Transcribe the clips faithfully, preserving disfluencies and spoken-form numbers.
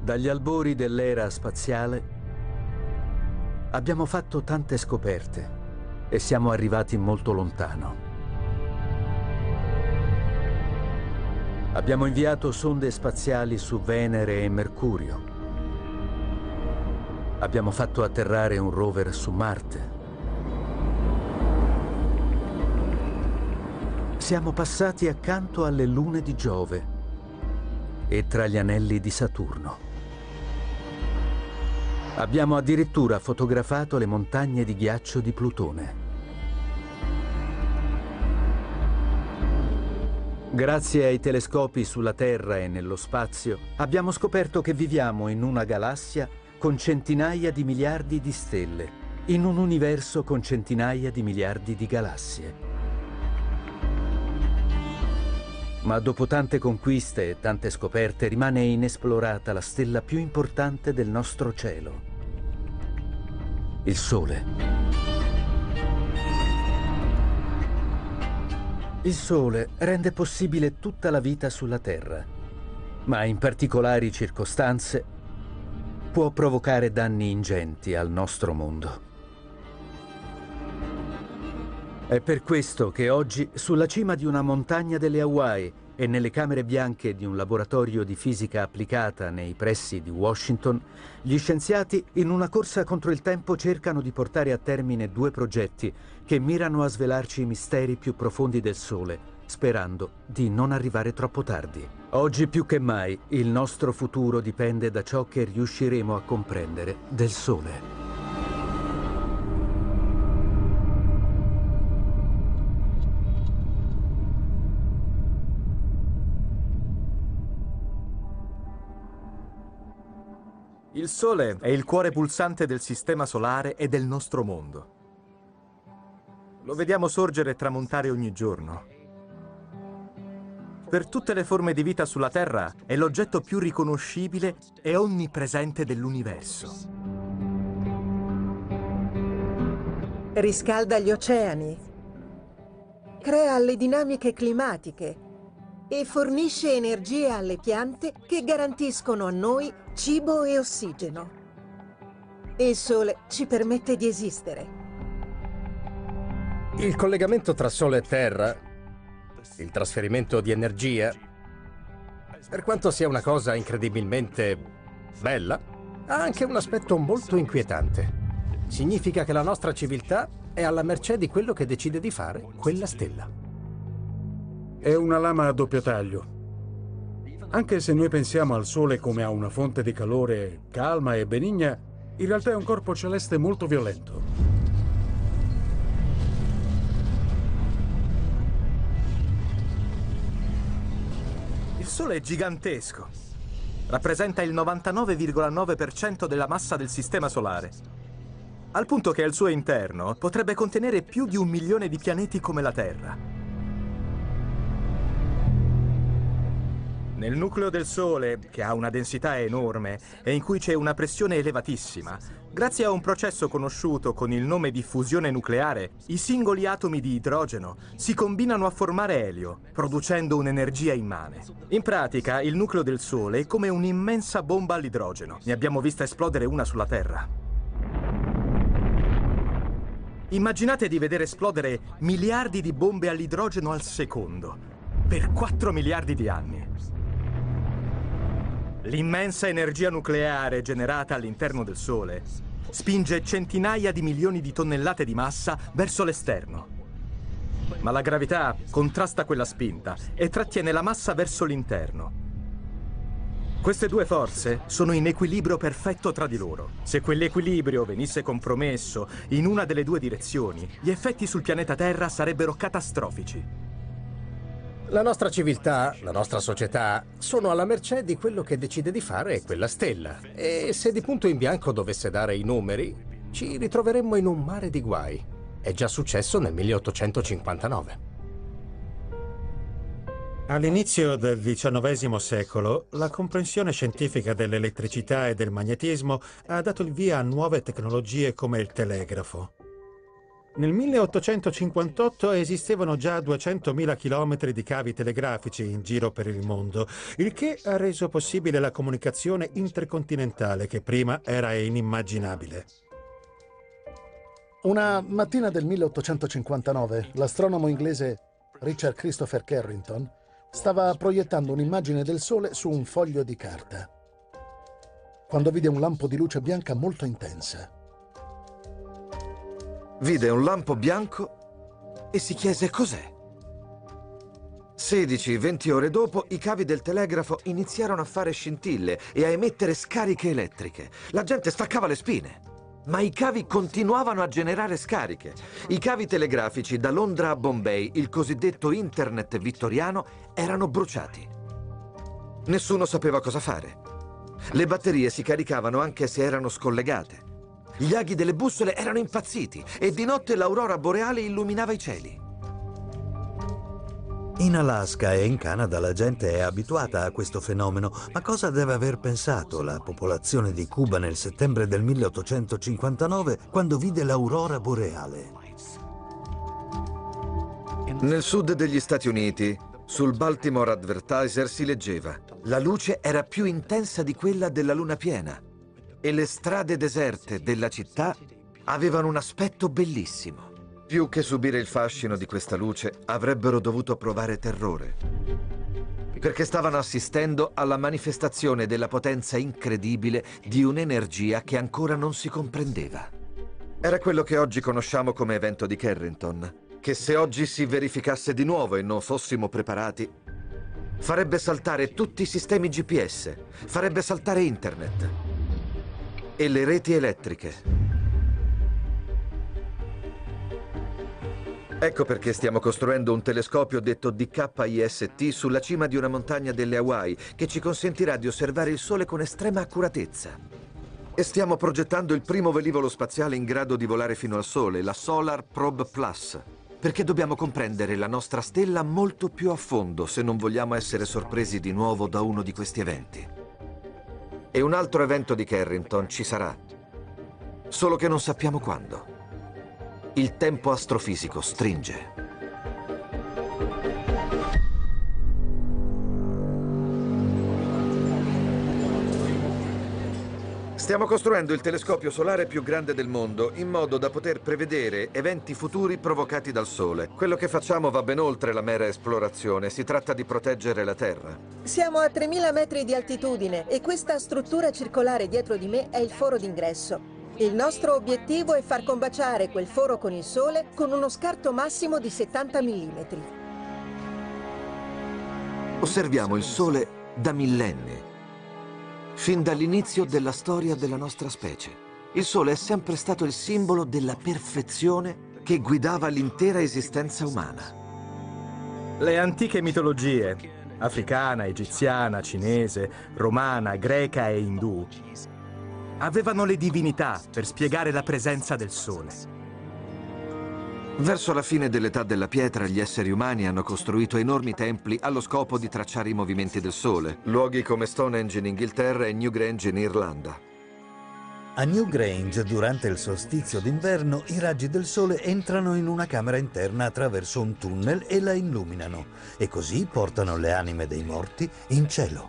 Dagli albori dell'era spaziale abbiamo fatto tante scoperte e siamo arrivati molto lontano. Abbiamo inviato sonde spaziali su Venere e Mercurio. Abbiamo fatto atterrare un rover su Marte. Siamo passati accanto alle lune di Giove e tra gli anelli di Saturno. Abbiamo addirittura fotografato le montagne di ghiaccio di Plutone. Grazie ai telescopi sulla Terra e nello spazio, abbiamo scoperto che viviamo in una galassia con centinaia di miliardi di stelle, in un universo con centinaia di miliardi di galassie. Ma dopo tante conquiste e tante scoperte rimane inesplorata la stella più importante del nostro cielo: il Sole. Il Sole rende possibile tutta la vita sulla Terra, ma in particolari circostanze può provocare danni ingenti al nostro mondo. È per questo che oggi, sulla cima di una montagna delle Hawaii e nelle camere bianche di un laboratorio di fisica applicata nei pressi di Washington, gli scienziati, in una corsa contro il tempo, cercano di portare a termine due progetti che mirano a svelarci i misteri più profondi del Sole, sperando di non arrivare troppo tardi. Oggi più che mai, il nostro futuro dipende da ciò che riusciremo a comprendere del Sole. Il Sole è il cuore pulsante del Sistema Solare e del nostro mondo. Lo vediamo sorgere e tramontare ogni giorno. Per tutte le forme di vita sulla Terra è l'oggetto più riconoscibile e onnipresente dell'universo. Riscalda gli oceani, crea le dinamiche climatiche e fornisce energie alle piante che garantiscono a noi cibo e ossigeno. Il Sole ci permette di esistere. Il collegamento tra Sole e Terra, il trasferimento di energia, per quanto sia una cosa incredibilmente bella, ha anche un aspetto molto inquietante. Significa che la nostra civiltà è alla mercé di quello che decide di fare quella stella. È una lama a doppio taglio. Anche se noi pensiamo al Sole come a una fonte di calore calma e benigna, in realtà è un corpo celeste molto violento. Il Sole è gigantesco. Rappresenta il novantanove virgola nove per cento della massa del Sistema Solare, al punto che al suo interno potrebbe contenere più di un milione di pianeti come la Terra. Nel nucleo del Sole, che ha una densità enorme e in cui c'è una pressione elevatissima, grazie a un processo conosciuto con il nome di fusione nucleare, i singoli atomi di idrogeno si combinano a formare elio, producendo un'energia immane. In pratica, il nucleo del Sole è come un'immensa bomba all'idrogeno. Ne abbiamo vista esplodere una sulla Terra. Immaginate di vedere esplodere miliardi di bombe all'idrogeno al secondo, per quattro miliardi di anni. L'immensa energia nucleare generata all'interno del Sole spinge centinaia di milioni di tonnellate di massa verso l'esterno. Ma la gravità contrasta quella spinta e trattiene la massa verso l'interno. Queste due forze sono in equilibrio perfetto tra di loro. Se quell'equilibrio venisse compromesso in una delle due direzioni, gli effetti sul pianeta Terra sarebbero catastrofici. La nostra civiltà, la nostra società, sono alla mercé di quello che decide di fare quella stella. E se di punto in bianco dovesse dare i numeri, ci ritroveremmo in un mare di guai. È già successo nel milleottocentocinquantanove. All'inizio del diciannovesimo secolo, la comprensione scientifica dell'elettricità e del magnetismo ha dato il via a nuove tecnologie come il telegrafo. Nel milleottocentocinquantotto esistevano già duecentomila chilometri di cavi telegrafici in giro per il mondo, il che ha reso possibile la comunicazione intercontinentale che prima era inimmaginabile. Una mattina del milleottocentocinquantanove, l'astronomo inglese Richard Christopher Carrington stava proiettando un'immagine del Sole su un foglio di carta, quando vide un lampo di luce bianca molto intensa. Vide un lampo bianco e si chiese cos'è. sedici venti ore dopo, i cavi del telegrafo iniziarono a fare scintille e a emettere scariche elettriche. La gente staccava le spine, ma i cavi continuavano a generare scariche. I cavi telegrafici da Londra a Bombay, il cosiddetto internet vittoriano, erano bruciati. Nessuno sapeva cosa fare. Le batterie si caricavano anche se erano scollegate. Gli aghi delle bussole erano impazziti e di notte l'aurora boreale illuminava i cieli. In Alaska e in Canada la gente è abituata a questo fenomeno, ma cosa deve aver pensato la popolazione di Cuba nel settembre del milleottocentocinquantanove quando vide l'aurora boreale? Nel sud degli Stati Uniti, sul Baltimore Advertiser si leggeva: la luce era più intensa di quella della luna piena e le strade deserte della città avevano un aspetto bellissimo. Più che subire il fascino di questa luce, avrebbero dovuto provare terrore, perché stavano assistendo alla manifestazione della potenza incredibile di un'energia che ancora non si comprendeva. Era quello che oggi conosciamo come evento di Carrington, che se oggi si verificasse di nuovo e non fossimo preparati, farebbe saltare tutti i sistemi G P S, farebbe saltare internet e le reti elettriche. Ecco perché stiamo costruendo un telescopio detto D K I S T sulla cima di una montagna delle Hawaii che ci consentirà di osservare il Sole con estrema accuratezza. E stiamo progettando il primo velivolo spaziale in grado di volare fino al Sole, la Solar Probe Plus, perché dobbiamo comprendere la nostra stella molto più a fondo se non vogliamo essere sorpresi di nuovo da uno di questi eventi. E un altro evento di Carrington ci sarà, solo che non sappiamo quando. Il tempo astrofisico stringe. Stiamo costruendo il telescopio solare più grande del mondo in modo da poter prevedere eventi futuri provocati dal Sole. Quello che facciamo va ben oltre la mera esplorazione, si tratta di proteggere la Terra. Siamo a tremila metri di altitudine e questa struttura circolare dietro di me è il foro d'ingresso. Il nostro obiettivo è far combaciare quel foro con il Sole con uno scarto massimo di settanta millimetri. Osserviamo il Sole da millenni, fin dall'inizio della storia della nostra specie. Il Sole è sempre stato il simbolo della perfezione che guidava l'intera esistenza umana. Le antiche mitologie, africana, egiziana, cinese, romana, greca e indù, avevano le divinità per spiegare la presenza del Sole. Verso la fine dell'età della pietra, gli esseri umani hanno costruito enormi templi allo scopo di tracciare i movimenti del Sole, luoghi come Stonehenge in Inghilterra e Newgrange in Irlanda. A Newgrange, durante il solstizio d'inverno, i raggi del Sole entrano in una camera interna attraverso un tunnel e la illuminano, e così portano le anime dei morti in cielo.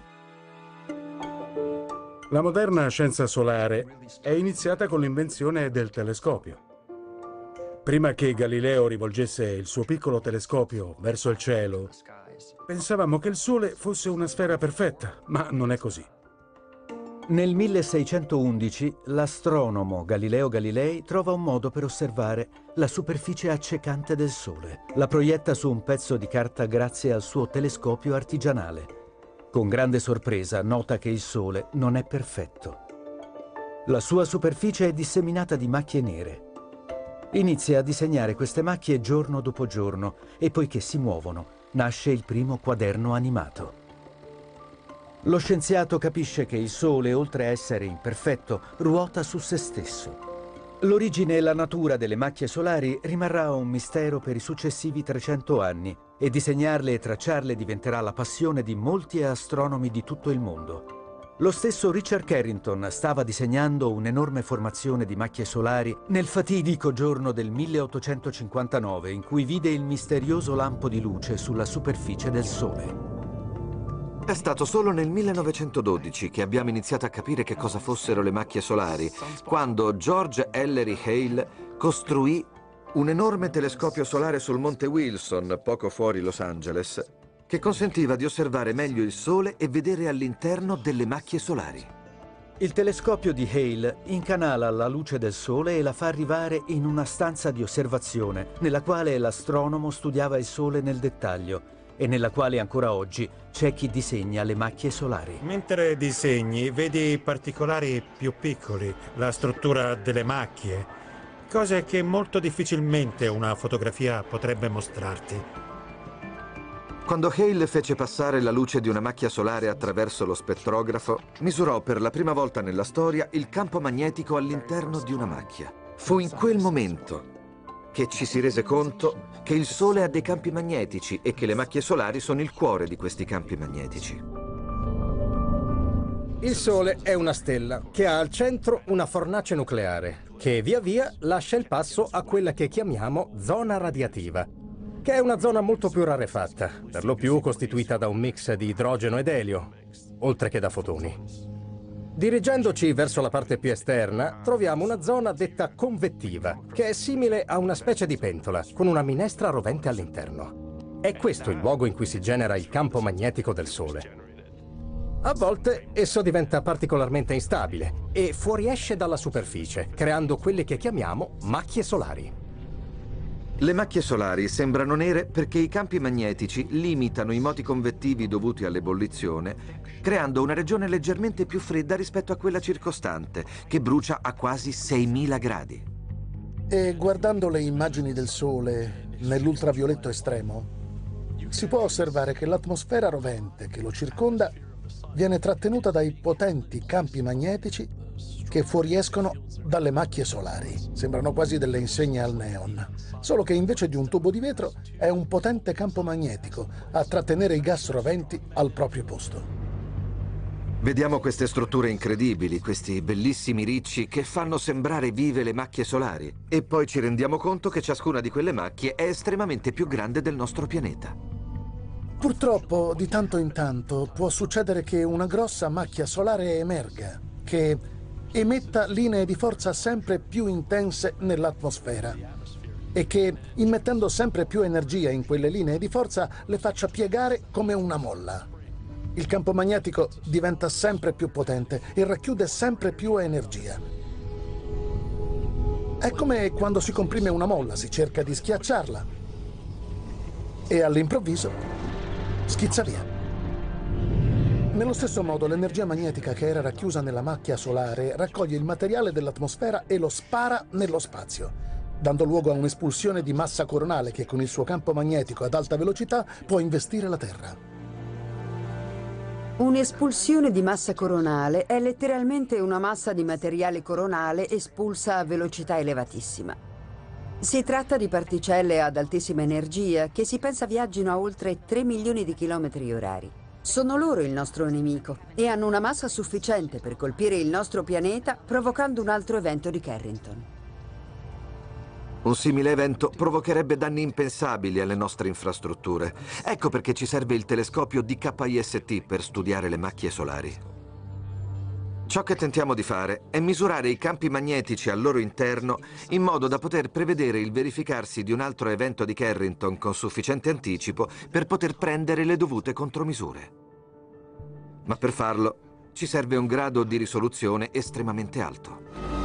La moderna scienza solare è iniziata con l'invenzione del telescopio. Prima che Galileo rivolgesse il suo piccolo telescopio verso il cielo, pensavamo che il Sole fosse una sfera perfetta, ma non è così. Nel milleseicentoundici l'astronomo Galileo Galilei trova un modo per osservare la superficie accecante del Sole. La proietta su un pezzo di carta grazie al suo telescopio artigianale. Con grande sorpresa nota che il Sole non è perfetto. La sua superficie è disseminata di macchie nere. Inizia a disegnare queste macchie giorno dopo giorno e poiché si muovono, nasce il primo quaderno animato. Lo scienziato capisce che il Sole, oltre a essere imperfetto, ruota su se stesso. L'origine e la natura delle macchie solari rimarrà un mistero per i successivi trecento anni e disegnarle e tracciarle diventerà la passione di molti astronomi di tutto il mondo. Lo stesso Richard Carrington stava disegnando un'enorme formazione di macchie solari nel fatidico giorno del milleottocentocinquantanove in cui vide il misterioso lampo di luce sulla superficie del Sole. È stato solo nel millenovecentododici che abbiamo iniziato a capire che cosa fossero le macchie solari, quando George Ellery Hale costruì un enorme telescopio solare sul Monte Wilson, poco fuori Los Angeles, che consentiva di osservare meglio il Sole e vedere all'interno delle macchie solari. Il telescopio di Hale incanala la luce del Sole e la fa arrivare in una stanza di osservazione, nella quale l'astronomo studiava il Sole nel dettaglio e nella quale ancora oggi c'è chi disegna le macchie solari. Mentre disegni, vedi i particolari più piccoli, la struttura delle macchie, cose che molto difficilmente una fotografia potrebbe mostrarti. Quando Hale fece passare la luce di una macchia solare attraverso lo spettrografo, misurò per la prima volta nella storia il campo magnetico all'interno di una macchia. Fu in quel momento che ci si rese conto che il Sole ha dei campi magnetici e che le macchie solari sono il cuore di questi campi magnetici. Il Sole è una stella che ha al centro una fornace nucleare che via via lascia il passo a quella che chiamiamo zona radiativa, che è una zona molto più rarefatta, per lo più costituita da un mix di idrogeno ed elio, oltre che da fotoni. Dirigendoci verso la parte più esterna, troviamo una zona detta convettiva, che è simile a una specie di pentola, con una minestra rovente all'interno. È questo il luogo in cui si genera il campo magnetico del Sole. A volte esso diventa particolarmente instabile e fuoriesce dalla superficie, creando quelle che chiamiamo macchie solari. Le macchie solari sembrano nere perché i campi magnetici limitano i moti convettivi dovuti all'ebollizione, creando una regione leggermente più fredda rispetto a quella circostante, che brucia a quasi seimila gradi. E guardando le immagini del Sole nell'ultravioletto estremo, si può osservare che l'atmosfera rovente che lo circonda viene trattenuta dai potenti campi magnetici che fuoriescono dalle macchie solari. Sembrano quasi delle insegne al neon, solo che invece di un tubo di vetro è un potente campo magnetico a trattenere i gas roventi al proprio posto. Vediamo queste strutture incredibili, questi bellissimi ricci che fanno sembrare vive le macchie solari, e poi ci rendiamo conto che ciascuna di quelle macchie è estremamente più grande del nostro pianeta. Purtroppo, di tanto in tanto, può succedere che una grossa macchia solare emerga, che emetta linee di forza sempre più intense nell'atmosfera e che, immettendo sempre più energia in quelle linee di forza, le faccia piegare come una molla. Il campo magnetico diventa sempre più potente e racchiude sempre più energia. È come quando si comprime una molla, si cerca di schiacciarla e all'improvviso schizza via. Nello stesso modo, l'energia magnetica che era racchiusa nella macchia solare raccoglie il materiale dell'atmosfera e lo spara nello spazio, dando luogo a un'espulsione di massa coronale che con il suo campo magnetico ad alta velocità può investire la Terra. Un'espulsione di massa coronale è letteralmente una massa di materiale coronale espulsa a velocità elevatissima. Si tratta di particelle ad altissima energia che si pensa viaggino a oltre tre milioni di chilometri orari. Sono loro il nostro nemico e hanno una massa sufficiente per colpire il nostro pianeta, provocando un altro evento di Carrington. Un simile evento provocherebbe danni impensabili alle nostre infrastrutture. Ecco perché ci serve il telescopio D K I S T per studiare le macchie solari. Ciò che tentiamo di fare è misurare i campi magnetici al loro interno in modo da poter prevedere il verificarsi di un altro evento di Carrington con sufficiente anticipo per poter prendere le dovute contromisure. Ma per farlo ci serve un grado di risoluzione estremamente alto.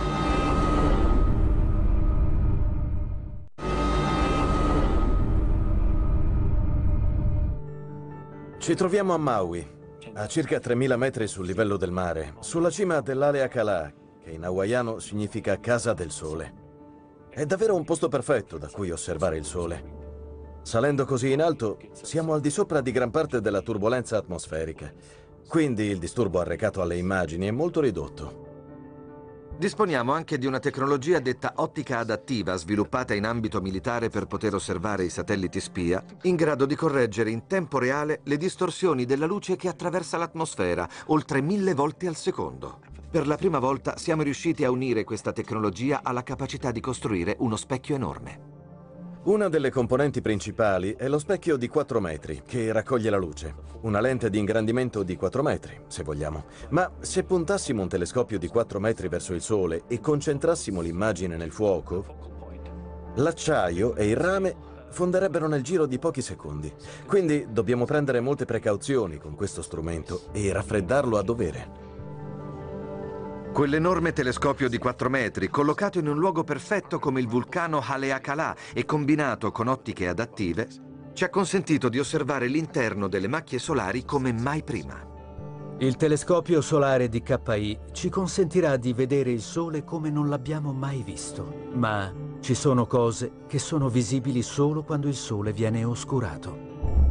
Ci troviamo a Maui, a circa tremila metri sul livello del mare, sulla cima dell'Haleakala, che in hawaiano significa casa del sole. È davvero un posto perfetto da cui osservare il sole. Salendo così in alto, siamo al di sopra di gran parte della turbolenza atmosferica, quindi il disturbo arrecato alle immagini è molto ridotto. Disponiamo anche di una tecnologia detta ottica adattiva, sviluppata in ambito militare per poter osservare i satelliti spia, in grado di correggere in tempo reale le distorsioni della luce che attraversa l'atmosfera, oltre mille volte al secondo. Per la prima volta siamo riusciti a unire questa tecnologia alla capacità di costruire uno specchio enorme. Una delle componenti principali è lo specchio di quattro metri, che raccoglie la luce. Una lente di ingrandimento di quattro metri, se vogliamo. Ma se puntassimo un telescopio di quattro metri verso il Sole e concentrassimo l'immagine nel fuoco, l'acciaio e il rame fonderebbero nel giro di pochi secondi. Quindi dobbiamo prendere molte precauzioni con questo strumento e raffreddarlo a dovere. Quell'enorme telescopio di quattro metri, collocato in un luogo perfetto come il vulcano Haleakala e combinato con ottiche adattive, ci ha consentito di osservare l'interno delle macchie solari come mai prima. Il telescopio solare di K I ci consentirà di vedere il Sole come non l'abbiamo mai visto. Ma ci sono cose che sono visibili solo quando il Sole viene oscurato.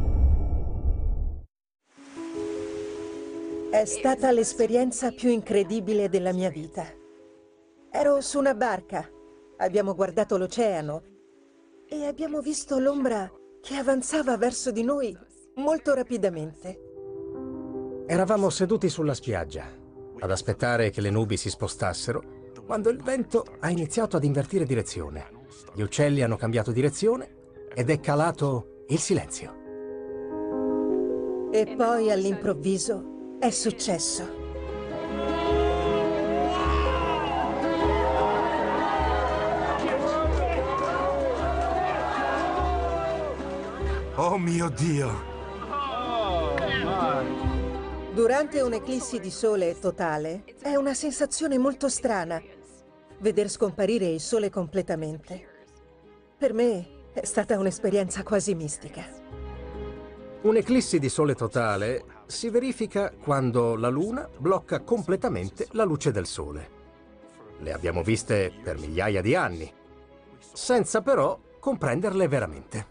È stata l'esperienza più incredibile della mia vita. Ero su una barca, abbiamo guardato l'oceano e abbiamo visto l'ombra che avanzava verso di noi molto rapidamente. Eravamo seduti sulla spiaggia, ad aspettare che le nubi si spostassero, quando il vento ha iniziato ad invertire direzione. Gli uccelli hanno cambiato direzione ed è calato il silenzio. E poi all'improvviso è successo. Oh mio Dio! Durante un'eclissi di sole totale è una sensazione molto strana veder scomparire il sole completamente. Per me è stata un'esperienza quasi mistica. Un'eclissi di sole totale si verifica quando la Luna blocca completamente la luce del Sole. Le abbiamo viste per migliaia di anni, senza però comprenderle veramente.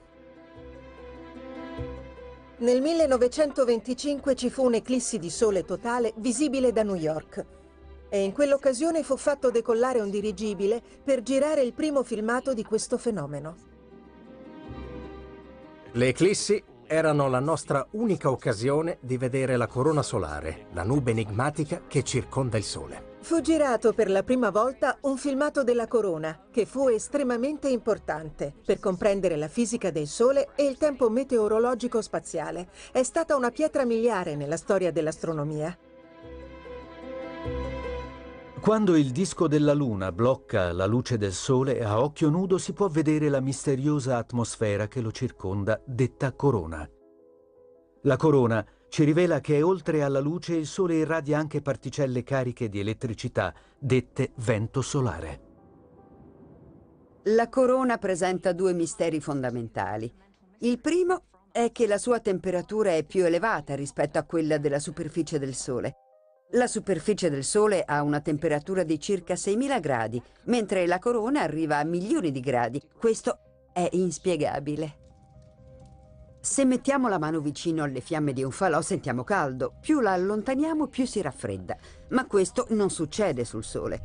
Nel millenovecentoventicinque ci fu un'eclissi di sole totale visibile da New York e in quell'occasione fu fatto decollare un dirigibile per girare il primo filmato di questo fenomeno. Le eclissi erano la nostra unica occasione di vedere la corona solare, la nube enigmatica che circonda il Sole. Fu girato per la prima volta un filmato della corona, che fu estremamente importante per comprendere la fisica del Sole e il tempo meteorologico spaziale. È stata una pietra miliare nella storia dell'astronomia. Quando il disco della Luna blocca la luce del Sole, a occhio nudo si può vedere la misteriosa atmosfera che lo circonda, detta corona. La corona ci rivela che oltre alla luce il Sole irradia anche particelle cariche di elettricità, dette vento solare. La corona presenta due misteri fondamentali. Il primo è che la sua temperatura è più elevata rispetto a quella della superficie del Sole. La superficie del Sole ha una temperatura di circa seimila gradi, mentre la corona arriva a milioni di gradi. Questo è inspiegabile. Se mettiamo la mano vicino alle fiamme di un falò sentiamo caldo. Più la allontaniamo, più si raffredda. Ma questo non succede sul Sole.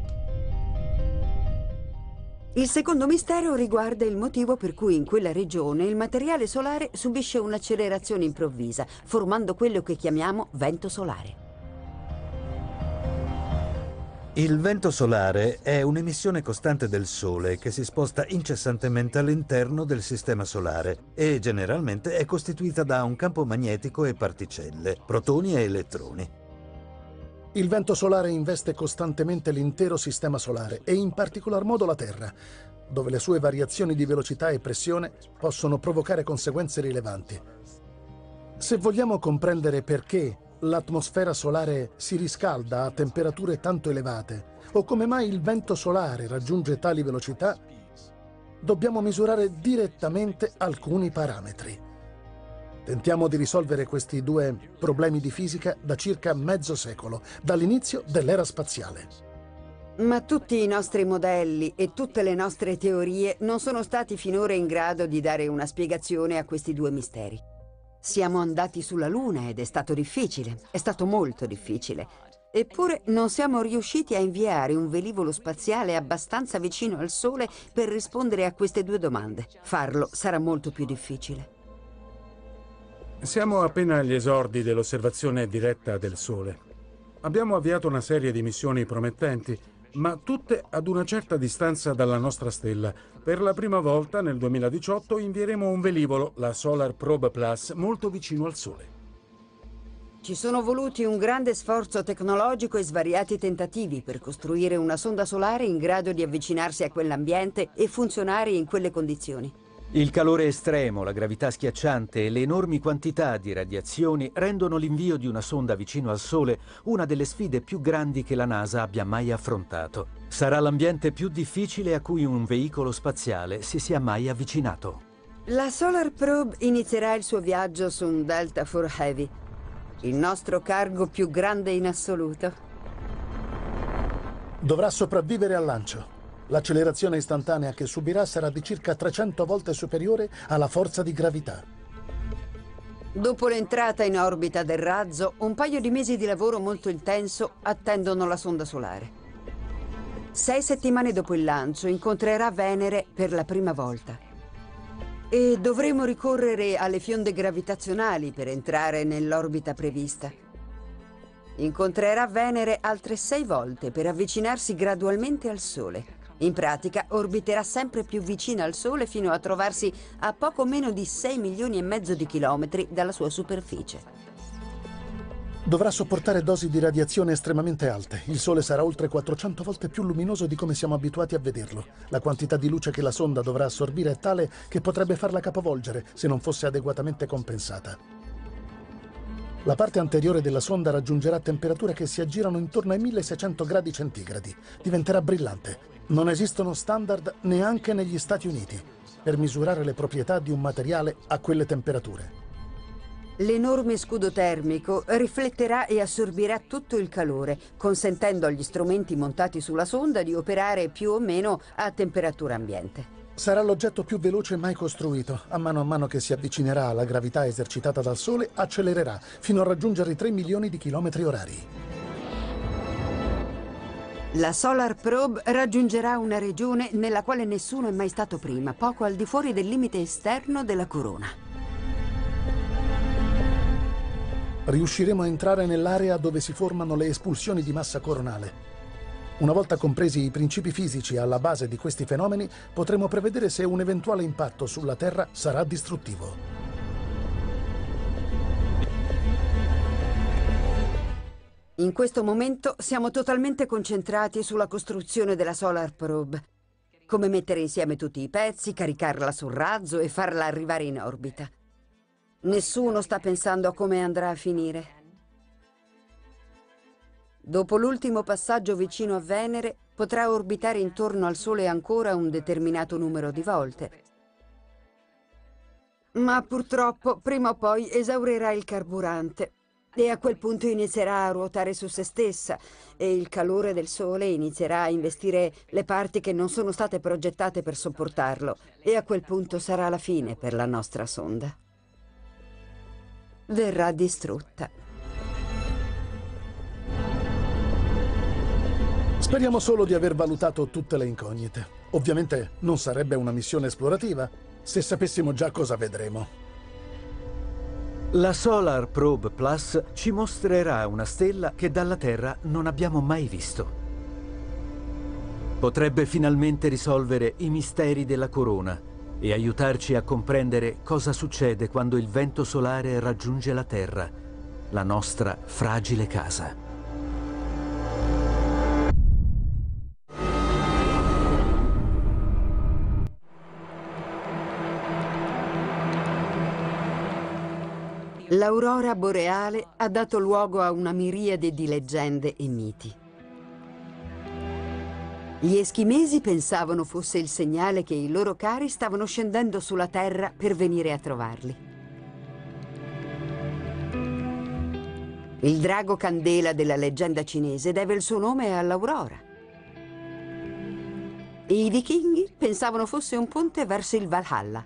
Il secondo mistero riguarda il motivo per cui in quella regione il materiale solare subisce un'accelerazione improvvisa, formando quello che chiamiamo vento solare. Il vento solare è un'emissione costante del Sole che si sposta incessantemente all'interno del Sistema Solare e generalmente è costituita da un campo magnetico e particelle, protoni e elettroni. Il vento solare investe costantemente l'intero Sistema Solare e in particolar modo la Terra, dove le sue variazioni di velocità e pressione possono provocare conseguenze rilevanti. Se vogliamo comprendere perché l'atmosfera solare si riscalda a temperature tanto elevate, o come mai il vento solare raggiunge tali velocità, dobbiamo misurare direttamente alcuni parametri. Tentiamo di risolvere questi due problemi di fisica da circa mezzo secolo, dall'inizio dell'era spaziale. Ma tutti i nostri modelli e tutte le nostre teorie non sono stati finora in grado di dare una spiegazione a questi due misteri. Siamo andati sulla Luna ed è stato difficile, è stato molto difficile. Eppure non siamo riusciti a inviare un velivolo spaziale abbastanza vicino al Sole per rispondere a queste due domande. Farlo sarà molto più difficile. Siamo appena agli esordi dell'osservazione diretta del Sole. Abbiamo avviato una serie di missioni promettenti, ma tutte ad una certa distanza dalla nostra stella. Per la prima volta nel duemiladiciotto invieremo un velivolo, la Solar Probe Plus, molto vicino al Sole. Ci sono voluti un grande sforzo tecnologico e svariati tentativi per costruire una sonda solare in grado di avvicinarsi a quell'ambiente e funzionare in quelle condizioni. Il calore estremo, la gravità schiacciante e le enormi quantità di radiazioni rendono l'invio di una sonda vicino al Sole una delle sfide più grandi che la NASA abbia mai affrontato. Sarà l'ambiente più difficile a cui un veicolo spaziale si sia mai avvicinato. La Solar Probe inizierà il suo viaggio su un Delta quattro Heavy, il nostro cargo più grande in assoluto. Dovrà sopravvivere al lancio. L'accelerazione istantanea che subirà sarà di circa trecento volte superiore alla forza di gravità. Dopo l'entrata in orbita del razzo, un paio di mesi di lavoro molto intenso attendono la sonda solare. Sei settimane dopo il lancio incontrerà Venere per la prima volta. E dovremo ricorrere alle fionde gravitazionali per entrare nell'orbita prevista. Incontrerà Venere altre sei volte per avvicinarsi gradualmente al Sole. In pratica orbiterà sempre più vicina al Sole fino a trovarsi a poco meno di sei milioni e mezzo di chilometri dalla sua superficie. Dovrà sopportare dosi di radiazione estremamente alte. Il Sole sarà oltre quattrocento volte più luminoso di come siamo abituati a vederlo. La quantità di luce che la sonda dovrà assorbire è tale che potrebbe farla capovolgere se non fosse adeguatamente compensata. La parte anteriore della sonda raggiungerà temperature che si aggirano intorno ai milleseicento gradi centigradi. Diventerà brillante. Non esistono standard neanche negli Stati Uniti per misurare le proprietà di un materiale a quelle temperature. L'enorme scudo termico rifletterà e assorbirà tutto il calore, consentendo agli strumenti montati sulla sonda di operare più o meno a temperatura ambiente. Sarà l'oggetto più veloce mai costruito. A mano a mano che si avvicinerà alla gravità esercitata dal Sole, accelererà fino a raggiungere i tre milioni di chilometri orari. La Solar Probe raggiungerà una regione nella quale nessuno è mai stato prima, poco al di fuori del limite esterno della corona. Riusciremo a entrare nell'area dove si formano le espulsioni di massa coronale. Una volta compresi i principi fisici alla base di questi fenomeni, potremo prevedere se un eventuale impatto sulla Terra sarà distruttivo. In questo momento siamo totalmente concentrati sulla costruzione della Solar Probe. Come mettere insieme tutti i pezzi, caricarla sul razzo e farla arrivare in orbita. Nessuno sta pensando a come andrà a finire. Dopo l'ultimo passaggio vicino a Venere, potrà orbitare intorno al Sole ancora un determinato numero di volte. Ma purtroppo, prima o poi esaurirà il carburante e a quel punto inizierà a ruotare su se stessa e il calore del Sole inizierà a investire le parti che non sono state progettate per sopportarlo e a quel punto sarà la fine per la nostra sonda. Verrà distrutta. Speriamo solo di aver valutato tutte le incognite. Ovviamente non sarebbe una missione esplorativa se sapessimo già cosa vedremo. La Solar Probe Plus ci mostrerà una stella che dalla Terra non abbiamo mai visto. Potrebbe finalmente risolvere i misteri della corona e aiutarci a comprendere cosa succede quando il vento solare raggiunge la Terra, la nostra fragile casa. L'aurora boreale ha dato luogo a una miriade di leggende e miti. Gli eschimesi pensavano fosse il segnale che i loro cari stavano scendendo sulla Terra per venire a trovarli. Il drago candela della leggenda cinese deve il suo nome all'aurora. I vichinghi pensavano fosse un ponte verso il Valhalla.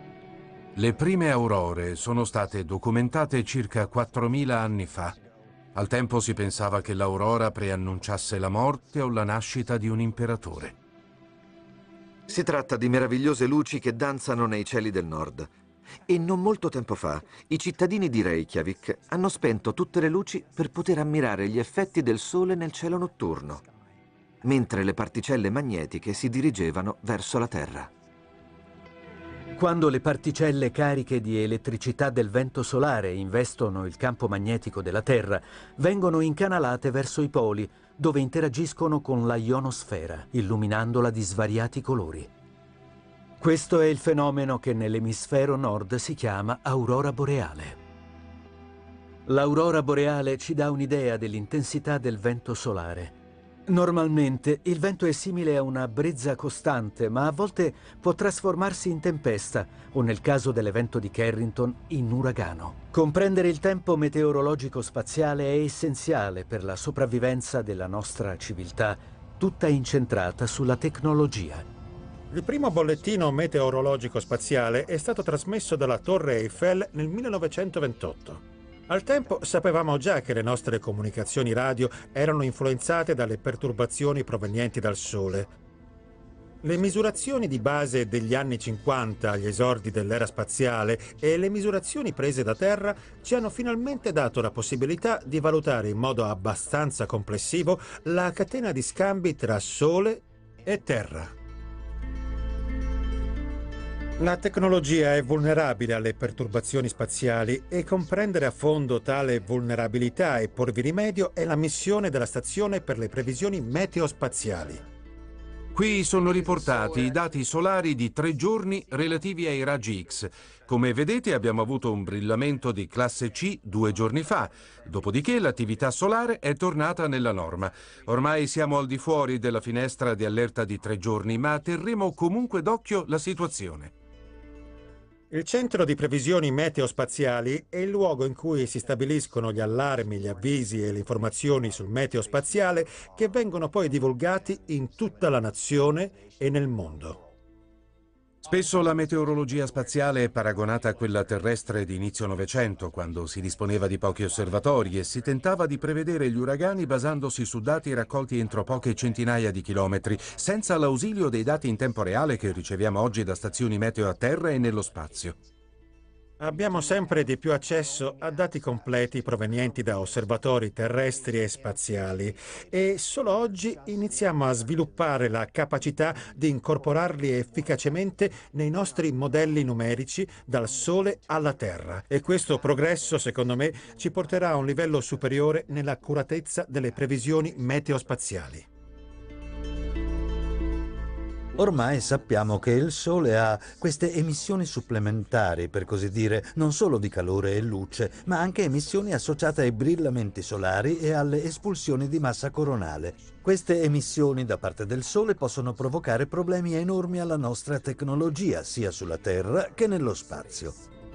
Le prime aurore sono state documentate circa quattromila anni fa, Al tempo si pensava che l'aurora preannunciasse la morte o la nascita di un imperatore. Si tratta di meravigliose luci che danzano nei cieli del nord. E non molto tempo fa, i cittadini di Reykjavik hanno spento tutte le luci per poter ammirare gli effetti del sole nel cielo notturno, mentre le particelle magnetiche si dirigevano verso la Terra. Quando le particelle cariche di elettricità del vento solare investono il campo magnetico della Terra, vengono incanalate verso i poli, dove interagiscono con la ionosfera, illuminandola di svariati colori. Questo è il fenomeno che nell'emisfero nord si chiama aurora boreale. L'aurora boreale ci dà un'idea dell'intensità del vento solare. Normalmente il vento è simile a una brezza costante, ma a volte può trasformarsi in tempesta o, nel caso dell'evento di Carrington, in uragano. Comprendere il tempo meteorologico spaziale è essenziale per la sopravvivenza della nostra civiltà, tutta incentrata sulla tecnologia. Il primo bollettino meteorologico spaziale è stato trasmesso dalla Torre Eiffel nel millenovecentoventotto. Al tempo sapevamo già che le nostre comunicazioni radio erano influenzate dalle perturbazioni provenienti dal Sole. Le misurazioni di base degli anni cinquanta, agli esordi dell'era spaziale, e le misurazioni prese da Terra ci hanno finalmente dato la possibilità di valutare in modo abbastanza complessivo la catena di scambi tra Sole e Terra. La tecnologia è vulnerabile alle perturbazioni spaziali e comprendere a fondo tale vulnerabilità e porvi rimedio è la missione della Stazione per le previsioni meteospaziali. Qui sono riportati i dati solari di tre giorni relativi ai raggi X. Come vedete abbiamo avuto un brillamento di classe C due giorni fa, dopodiché l'attività solare è tornata nella norma. Ormai siamo al di fuori della finestra di allerta di tre giorni, ma terremo comunque d'occhio la situazione. Il Centro di Previsioni Meteospaziali è il luogo in cui si stabiliscono gli allarmi, gli avvisi e le informazioni sul meteo spaziale che vengono poi divulgati in tutta la nazione e nel mondo. Spesso la meteorologia spaziale è paragonata a quella terrestre di inizio Novecento, quando si disponeva di pochi osservatori e si tentava di prevedere gli uragani basandosi su dati raccolti entro poche centinaia di chilometri, senza l'ausilio dei dati in tempo reale che riceviamo oggi da stazioni meteo a terra e nello spazio. Abbiamo sempre di più accesso a dati completi provenienti da osservatori terrestri e spaziali e solo oggi iniziamo a sviluppare la capacità di incorporarli efficacemente nei nostri modelli numerici dal Sole alla Terra. E questo progresso, secondo me, ci porterà a un livello superiore nell'accuratezza delle previsioni meteospaziali. Ormai sappiamo che il Sole ha queste emissioni supplementari, per così dire, non solo di calore e luce, ma anche emissioni associate ai brillamenti solari e alle espulsioni di massa coronale. Queste emissioni da parte del Sole possono provocare problemi enormi alla nostra tecnologia, sia sulla Terra che nello spazio.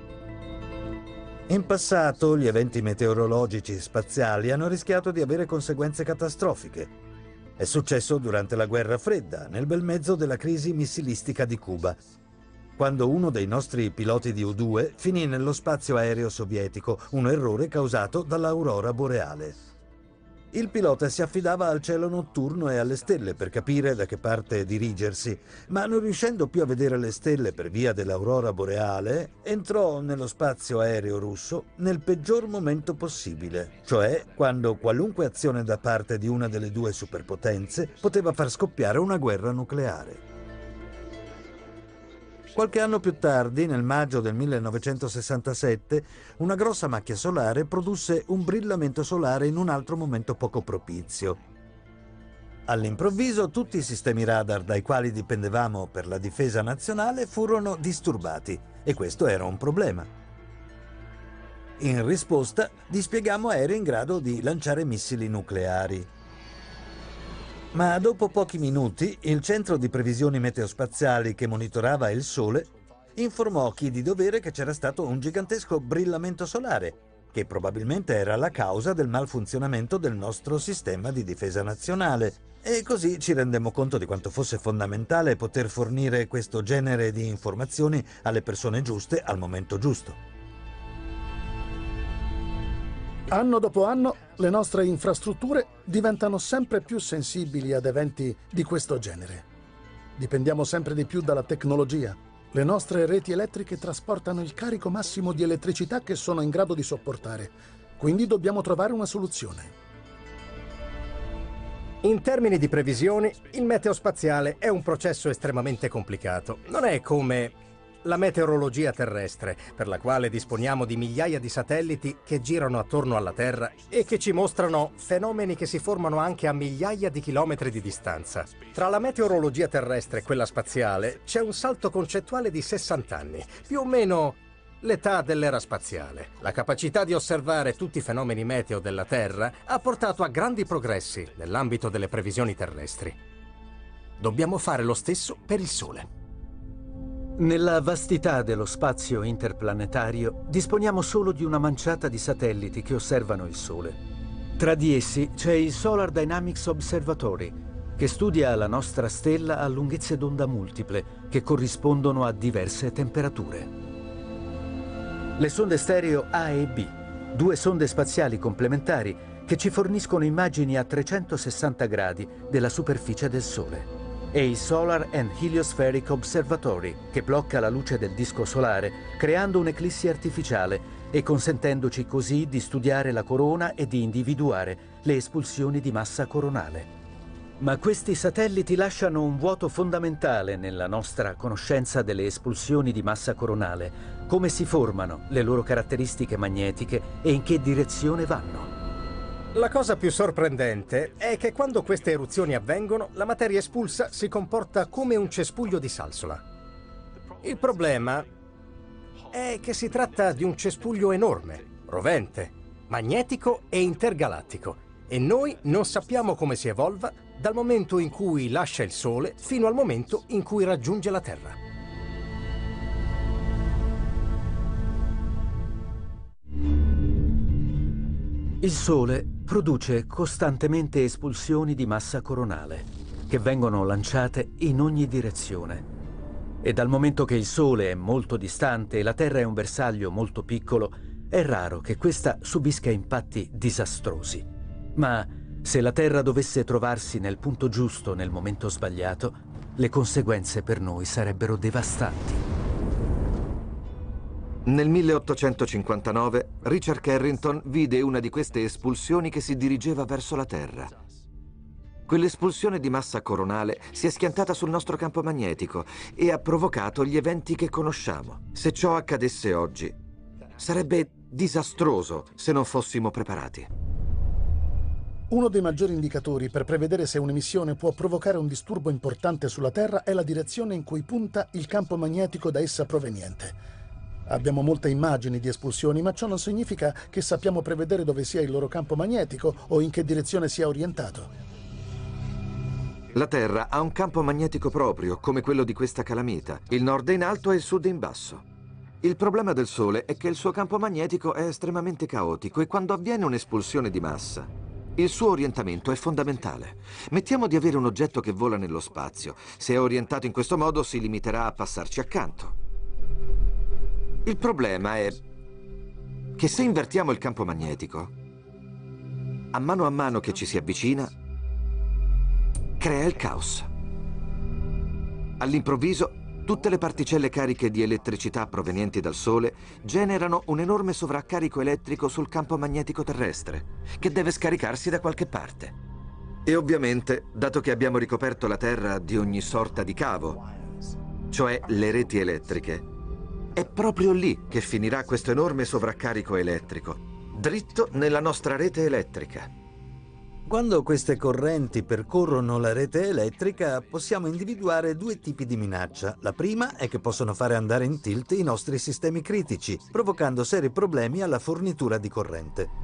In passato, gli eventi meteorologici spaziali hanno rischiato di avere conseguenze catastrofiche. È successo durante la Guerra Fredda, nel bel mezzo della crisi missilistica di Cuba, quando uno dei nostri piloti di U due finì nello spazio aereo sovietico, un errore causato dall'aurora boreale. Il pilota si affidava al cielo notturno e alle stelle per capire da che parte dirigersi, ma non riuscendo più a vedere le stelle per via dell'aurora boreale, entrò nello spazio aereo russo nel peggior momento possibile, cioè quando qualunque azione da parte di una delle due superpotenze poteva far scoppiare una guerra nucleare. Qualche anno più tardi, nel maggio del millenovecentosessantasette, una grossa macchia solare produsse un brillamento solare in un altro momento poco propizio. All'improvviso tutti i sistemi radar dai quali dipendevamo per la difesa nazionale furono disturbati e questo era un problema. In risposta, dispiegammo aerei in grado di lanciare missili nucleari. Ma dopo pochi minuti, il centro di previsioni meteospaziali che monitorava il Sole informò chi di dovere che c'era stato un gigantesco brillamento solare, che probabilmente era la causa del malfunzionamento del nostro sistema di difesa nazionale. E così ci rendemmo conto di quanto fosse fondamentale poter fornire questo genere di informazioni alle persone giuste al momento giusto. Anno dopo anno, le nostre infrastrutture diventano sempre più sensibili ad eventi di questo genere. Dipendiamo sempre di più dalla tecnologia. Le nostre reti elettriche trasportano il carico massimo di elettricità che sono in grado di sopportare. Quindi dobbiamo trovare una soluzione. In termini di previsioni, il meteo spaziale è un processo estremamente complicato. Non è come la meteorologia terrestre, per la quale disponiamo di migliaia di satelliti che girano attorno alla Terra e che ci mostrano fenomeni che si formano anche a migliaia di chilometri di distanza. Tra la meteorologia terrestre e quella spaziale c'è un salto concettuale di sessanta anni, più o meno l'età dell'era spaziale. La capacità di osservare tutti i fenomeni meteo della Terra ha portato a grandi progressi nell'ambito delle previsioni terrestri. Dobbiamo fare lo stesso per il Sole. Nella vastità dello spazio interplanetario disponiamo solo di una manciata di satelliti che osservano il Sole. Tra di essi c'è il Solar Dynamics Observatory, che studia la nostra stella a lunghezze d'onda multiple che corrispondono a diverse temperature. Le sonde stereo A e B, due sonde spaziali complementari che ci forniscono immagini a trecentosessanta gradi della superficie del Sole. E il Solar and Heliospheric Observatory, che blocca la luce del disco solare, creando un'eclissi artificiale e consentendoci così di studiare la corona e di individuare le espulsioni di massa coronale. Ma questi satelliti lasciano un vuoto fondamentale nella nostra conoscenza delle espulsioni di massa coronale, come si formano, le loro caratteristiche magnetiche e in che direzione vanno. La cosa più sorprendente è che quando queste eruzioni avvengono, la materia espulsa si comporta come un cespuglio di salsola. Il problema è che si tratta di un cespuglio enorme, rovente, magnetico e intergalattico, e noi non sappiamo come si evolva dal momento in cui lascia il Sole fino al momento in cui raggiunge la Terra. Il Sole produce costantemente espulsioni di massa coronale, che vengono lanciate in ogni direzione. E dal momento che il Sole è molto distante e la Terra è un bersaglio molto piccolo, è raro che questa subisca impatti disastrosi. Ma se la Terra dovesse trovarsi nel punto giusto nel momento sbagliato, le conseguenze per noi sarebbero devastanti. Nel milleottocentocinquantanove Richard Carrington vide una di queste espulsioni che si dirigeva verso la Terra. Quell'espulsione di massa coronale si è schiantata sul nostro campo magnetico e ha provocato gli eventi che conosciamo. Se ciò accadesse oggi, sarebbe disastroso se non fossimo preparati. Uno dei maggiori indicatori per prevedere se un'emissione può provocare un disturbo importante sulla Terra è la direzione in cui punta il campo magnetico da essa proveniente. Abbiamo molte immagini di espulsioni, ma ciò non significa che sappiamo prevedere dove sia il loro campo magnetico o in che direzione sia orientato. La Terra ha un campo magnetico proprio, come quello di questa calamita. Il nord è in alto e il sud è in basso. Il problema del Sole è che il suo campo magnetico è estremamente caotico e quando avviene un'espulsione di massa, il suo orientamento è fondamentale. Mettiamo di avere un oggetto che vola nello spazio. Se è orientato in questo modo si limiterà a passarci accanto. Il problema è che se invertiamo il campo magnetico, a mano a mano che ci si avvicina, crea il caos. All'improvviso, tutte le particelle cariche di elettricità provenienti dal Sole generano un enorme sovraccarico elettrico sul campo magnetico terrestre, che deve scaricarsi da qualche parte. E ovviamente, dato che abbiamo ricoperto la Terra di ogni sorta di cavo, cioè le reti elettriche, è proprio lì che finirà questo enorme sovraccarico elettrico, dritto nella nostra rete elettrica. Quando queste correnti percorrono la rete elettrica, possiamo individuare due tipi di minaccia. La prima è che possono fare andare in tilt i nostri sistemi critici, provocando seri problemi alla fornitura di corrente.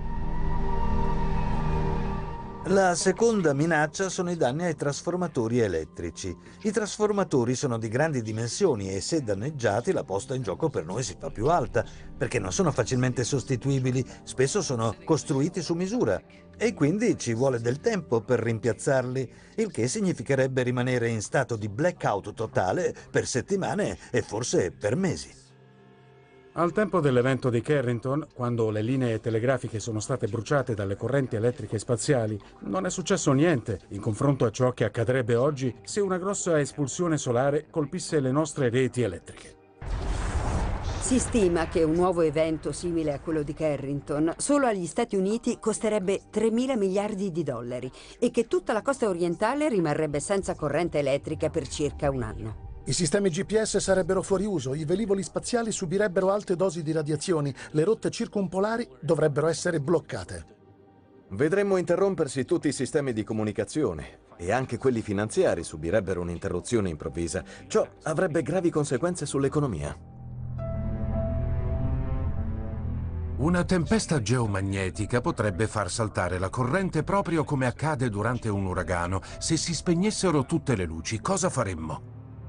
La seconda minaccia sono i danni ai trasformatori elettrici. I trasformatori sono di grandi dimensioni e se danneggiati la posta in gioco per noi si fa più alta, perché non sono facilmente sostituibili, spesso sono costruiti su misura e quindi ci vuole del tempo per rimpiazzarli, il che significherebbe rimanere in stato di blackout totale per settimane e forse per mesi. Al tempo dell'evento di Carrington, quando le linee telegrafiche sono state bruciate dalle correnti elettriche spaziali, non è successo niente in confronto a ciò che accadrebbe oggi se una grossa espulsione solare colpisse le nostre reti elettriche. Si stima che un nuovo evento simile a quello di Carrington solo agli Stati Uniti costerebbe tremila miliardi di dollari e che tutta la costa orientale rimarrebbe senza corrente elettrica per circa un anno. I sistemi G P S sarebbero fuori uso, i velivoli spaziali subirebbero alte dosi di radiazioni, le rotte circumpolari dovrebbero essere bloccate. Vedremmo interrompersi tutti i sistemi di comunicazione e anche quelli finanziari subirebbero un'interruzione improvvisa. Ciò avrebbe gravi conseguenze sull'economia. Una tempesta geomagnetica potrebbe far saltare la corrente proprio come accade durante un uragano. Se si spegnessero tutte le luci, cosa faremmo?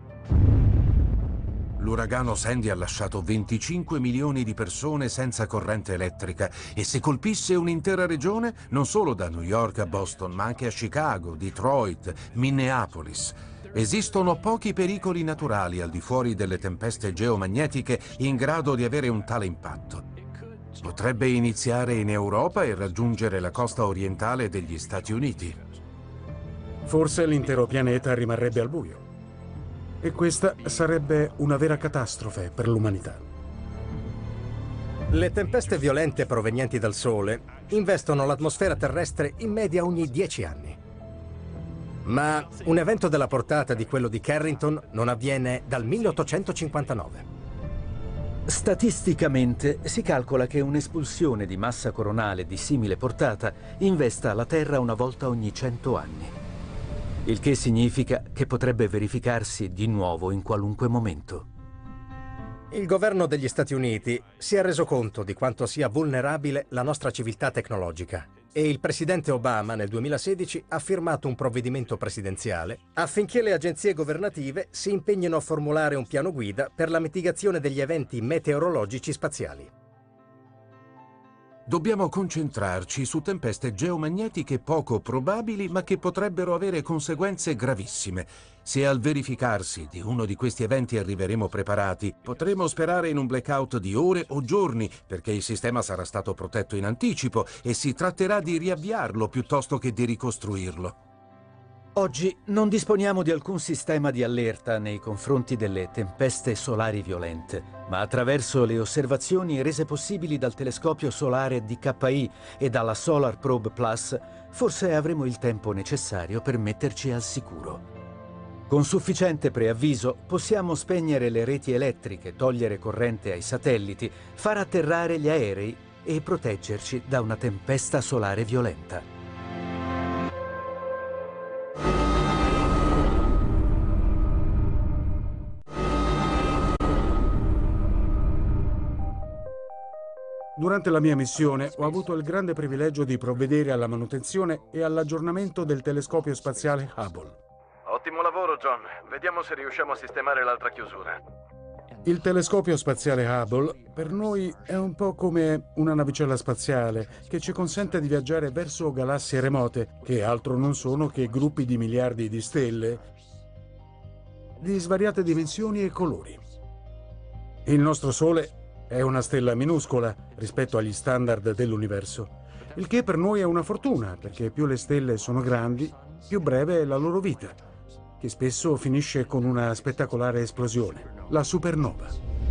L'uragano Sandy ha lasciato venticinque milioni di persone senza corrente elettrica e se colpisse un'intera regione, non solo da New York a Boston, ma anche a Chicago, Detroit, Minneapolis. Esistono pochi pericoli naturali al di fuori delle tempeste geomagnetiche in grado di avere un tale impatto. Potrebbe iniziare in Europa e raggiungere la costa orientale degli Stati Uniti. Forse l'intero pianeta rimarrebbe al buio. E questa sarebbe una vera catastrofe per l'umanità. Le tempeste violente provenienti dal Sole investono l'atmosfera terrestre in media ogni dieci anni. Ma un evento della portata di quello di Carrington non avviene dal milleottocentocinquantanove. Statisticamente si calcola che un'espulsione di massa coronale di simile portata investa la Terra una volta ogni cento anni. Il che significa che potrebbe verificarsi di nuovo in qualunque momento. Il governo degli Stati Uniti si è reso conto di quanto sia vulnerabile la nostra civiltà tecnologica e il presidente Obama nel duemilasedici ha firmato un provvedimento presidenziale affinché le agenzie governative si impegnino a formulare un piano guida per la mitigazione degli eventi meteorologici spaziali. Dobbiamo concentrarci su tempeste geomagnetiche poco probabili ma che potrebbero avere conseguenze gravissime. Se al verificarsi di uno di questi eventi arriveremo preparati, potremo sperare in un blackout di ore o giorni perché il sistema sarà stato protetto in anticipo e si tratterà di riavviarlo piuttosto che di ricostruirlo. Oggi non disponiamo di alcun sistema di allerta nei confronti delle tempeste solari violente, ma attraverso le osservazioni rese possibili dal telescopio solare D K I e dalla Solar Probe Plus, forse avremo il tempo necessario per metterci al sicuro. Con sufficiente preavviso possiamo spegnere le reti elettriche, togliere corrente ai satelliti, far atterrare gli aerei e proteggerci da una tempesta solare violenta. Durante la mia missione ho avuto il grande privilegio di provvedere alla manutenzione e all'aggiornamento del telescopio spaziale Hubble. Ottimo lavoro, John. Vediamo se riusciamo a sistemare l'altra chiusura. Il telescopio spaziale Hubble per noi è un po' come una navicella spaziale che ci consente di viaggiare verso galassie remote, che altro non sono che gruppi di miliardi di stelle di svariate dimensioni e colori. Il nostro Sole è una stella minuscola rispetto agli standard dell'universo, il che per noi è una fortuna, perché più le stelle sono grandi, più breve è la loro vita, che spesso finisce con una spettacolare esplosione, la supernova.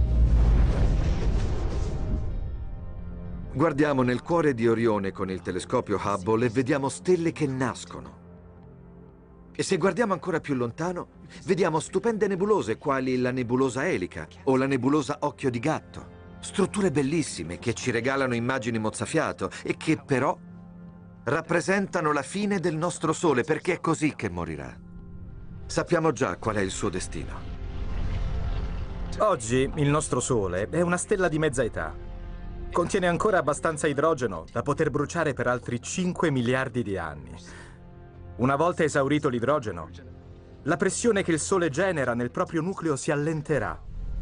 Guardiamo nel cuore di Orione con il telescopio Hubble e vediamo stelle che nascono. E se guardiamo ancora più lontano, vediamo stupende nebulose quali la nebulosa Elica o la nebulosa Occhio di Gatto. Strutture bellissime che ci regalano immagini mozzafiato e che però rappresentano la fine del nostro Sole, perché è così che morirà. Sappiamo già qual è il suo destino. Oggi il nostro Sole è una stella di mezza età. Contiene ancora abbastanza idrogeno da poter bruciare per altri cinque miliardi di anni. Una volta esaurito l'idrogeno, la pressione che il Sole genera nel proprio nucleo si allenterà.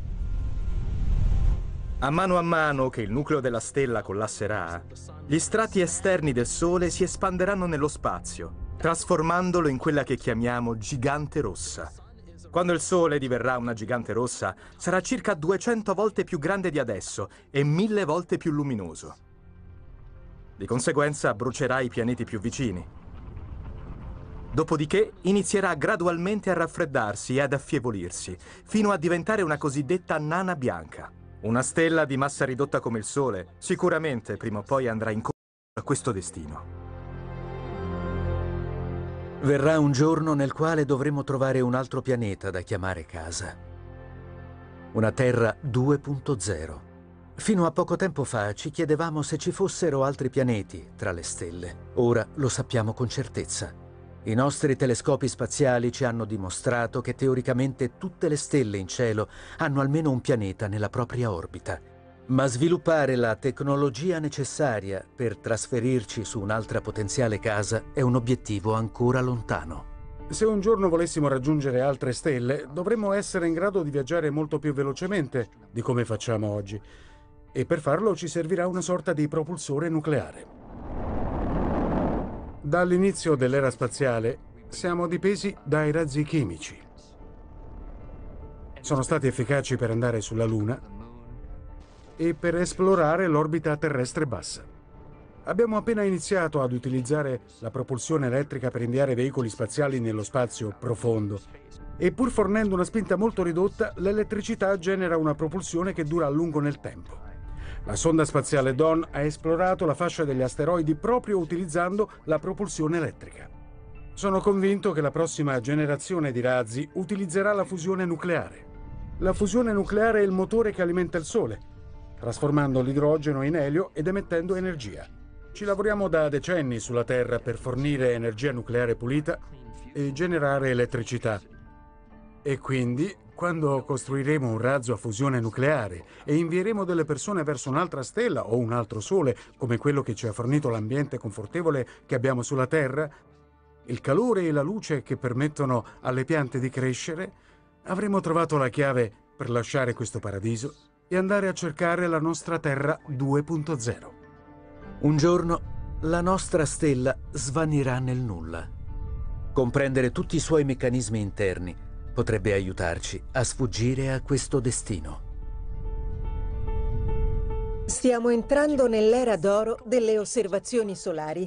A mano a mano che il nucleo della stella collasserà, gli strati esterni del Sole si espanderanno nello spazio, trasformandolo in quella che chiamiamo gigante rossa. Quando il Sole diverrà una gigante rossa, sarà circa duecento volte più grande di adesso e mille volte più luminoso. Di conseguenza brucerà i pianeti più vicini. Dopodiché inizierà gradualmente a raffreddarsi e ad affievolirsi, fino a diventare una cosiddetta nana bianca. Una stella di massa ridotta come il Sole sicuramente prima o poi andrà incontro a questo destino. Verrà un giorno nel quale dovremo trovare un altro pianeta da chiamare casa. Una Terra due punto zero. Fino a poco tempo fa ci chiedevamo se ci fossero altri pianeti tra le stelle. Ora lo sappiamo con certezza. I nostri telescopi spaziali ci hanno dimostrato che teoricamente tutte le stelle in cielo hanno almeno un pianeta nella propria orbita. Ma sviluppare la tecnologia necessaria per trasferirci su un'altra potenziale casa è un obiettivo ancora lontano. Se un giorno volessimo raggiungere altre stelle, dovremmo essere in grado di viaggiare molto più velocemente di come facciamo oggi. E per farlo ci servirà una sorta di propulsore nucleare. Dall'inizio dell'era spaziale siamo dipesi dai razzi chimici. Sono stati efficaci per andare sulla Luna e per esplorare l'orbita terrestre bassa. Abbiamo appena iniziato ad utilizzare la propulsione elettrica per inviare veicoli spaziali nello spazio profondo e pur fornendo una spinta molto ridotta, l'elettricità genera una propulsione che dura a lungo nel tempo. La sonda spaziale Dawn ha esplorato la fascia degli asteroidi proprio utilizzando la propulsione elettrica. Sono convinto che la prossima generazione di razzi utilizzerà la fusione nucleare. La fusione nucleare è il motore che alimenta il Sole, trasformando l'idrogeno in elio ed emettendo energia. Ci lavoriamo da decenni sulla Terra per fornire energia nucleare pulita e generare elettricità. E quindi, quando costruiremo un razzo a fusione nucleare e invieremo delle persone verso un'altra stella o un altro Sole, come quello che ci ha fornito l'ambiente confortevole che abbiamo sulla Terra, il calore e la luce che permettono alle piante di crescere, avremo trovato la chiave per lasciare questo paradiso e andare a cercare la nostra Terra due punto zero. Un giorno la nostra stella svanirà nel nulla. Comprendere tutti i suoi meccanismi interni potrebbe aiutarci a sfuggire a questo destino. Stiamo entrando nell'era d'oro delle osservazioni solari.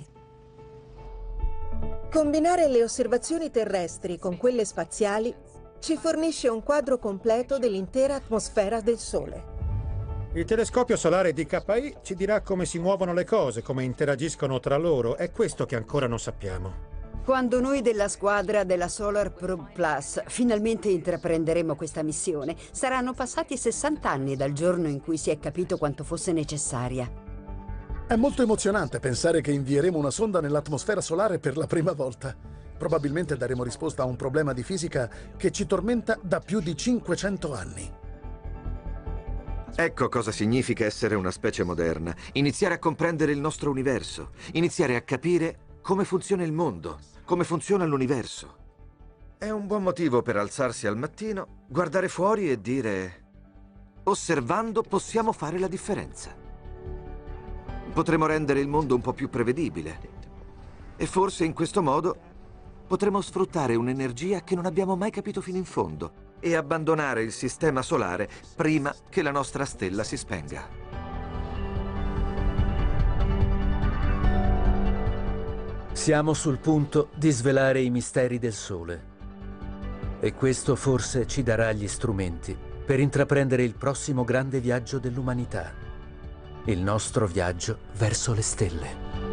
Combinare le osservazioni terrestri con quelle spaziali ci fornisce un quadro completo dell'intera atmosfera del Sole. Il telescopio solare D K I ci dirà come si muovono le cose, come interagiscono tra loro. È questo che ancora non sappiamo. Quando noi della squadra della Solar Probe Plus finalmente intraprenderemo questa missione, saranno passati sessanta anni dal giorno in cui si è capito quanto fosse necessaria. È molto emozionante pensare che invieremo una sonda nell'atmosfera solare per la prima volta. Probabilmente daremo risposta a un problema di fisica che ci tormenta da più di cinquecento anni. Ecco cosa significa essere una specie moderna. Iniziare a comprendere il nostro universo. Iniziare a capire come funziona il mondo, come funziona l'universo. È un buon motivo per alzarsi al mattino, guardare fuori e dire: osservando possiamo fare la differenza. Potremo rendere il mondo un po' più prevedibile. E forse in questo modo potremo sfruttare un'energia che non abbiamo mai capito fino in fondo e abbandonare il sistema solare prima che la nostra stella si spenga. Siamo sul punto di svelare i misteri del Sole. E questo forse ci darà gli strumenti per intraprendere il prossimo grande viaggio dell'umanità. Il nostro viaggio verso le stelle.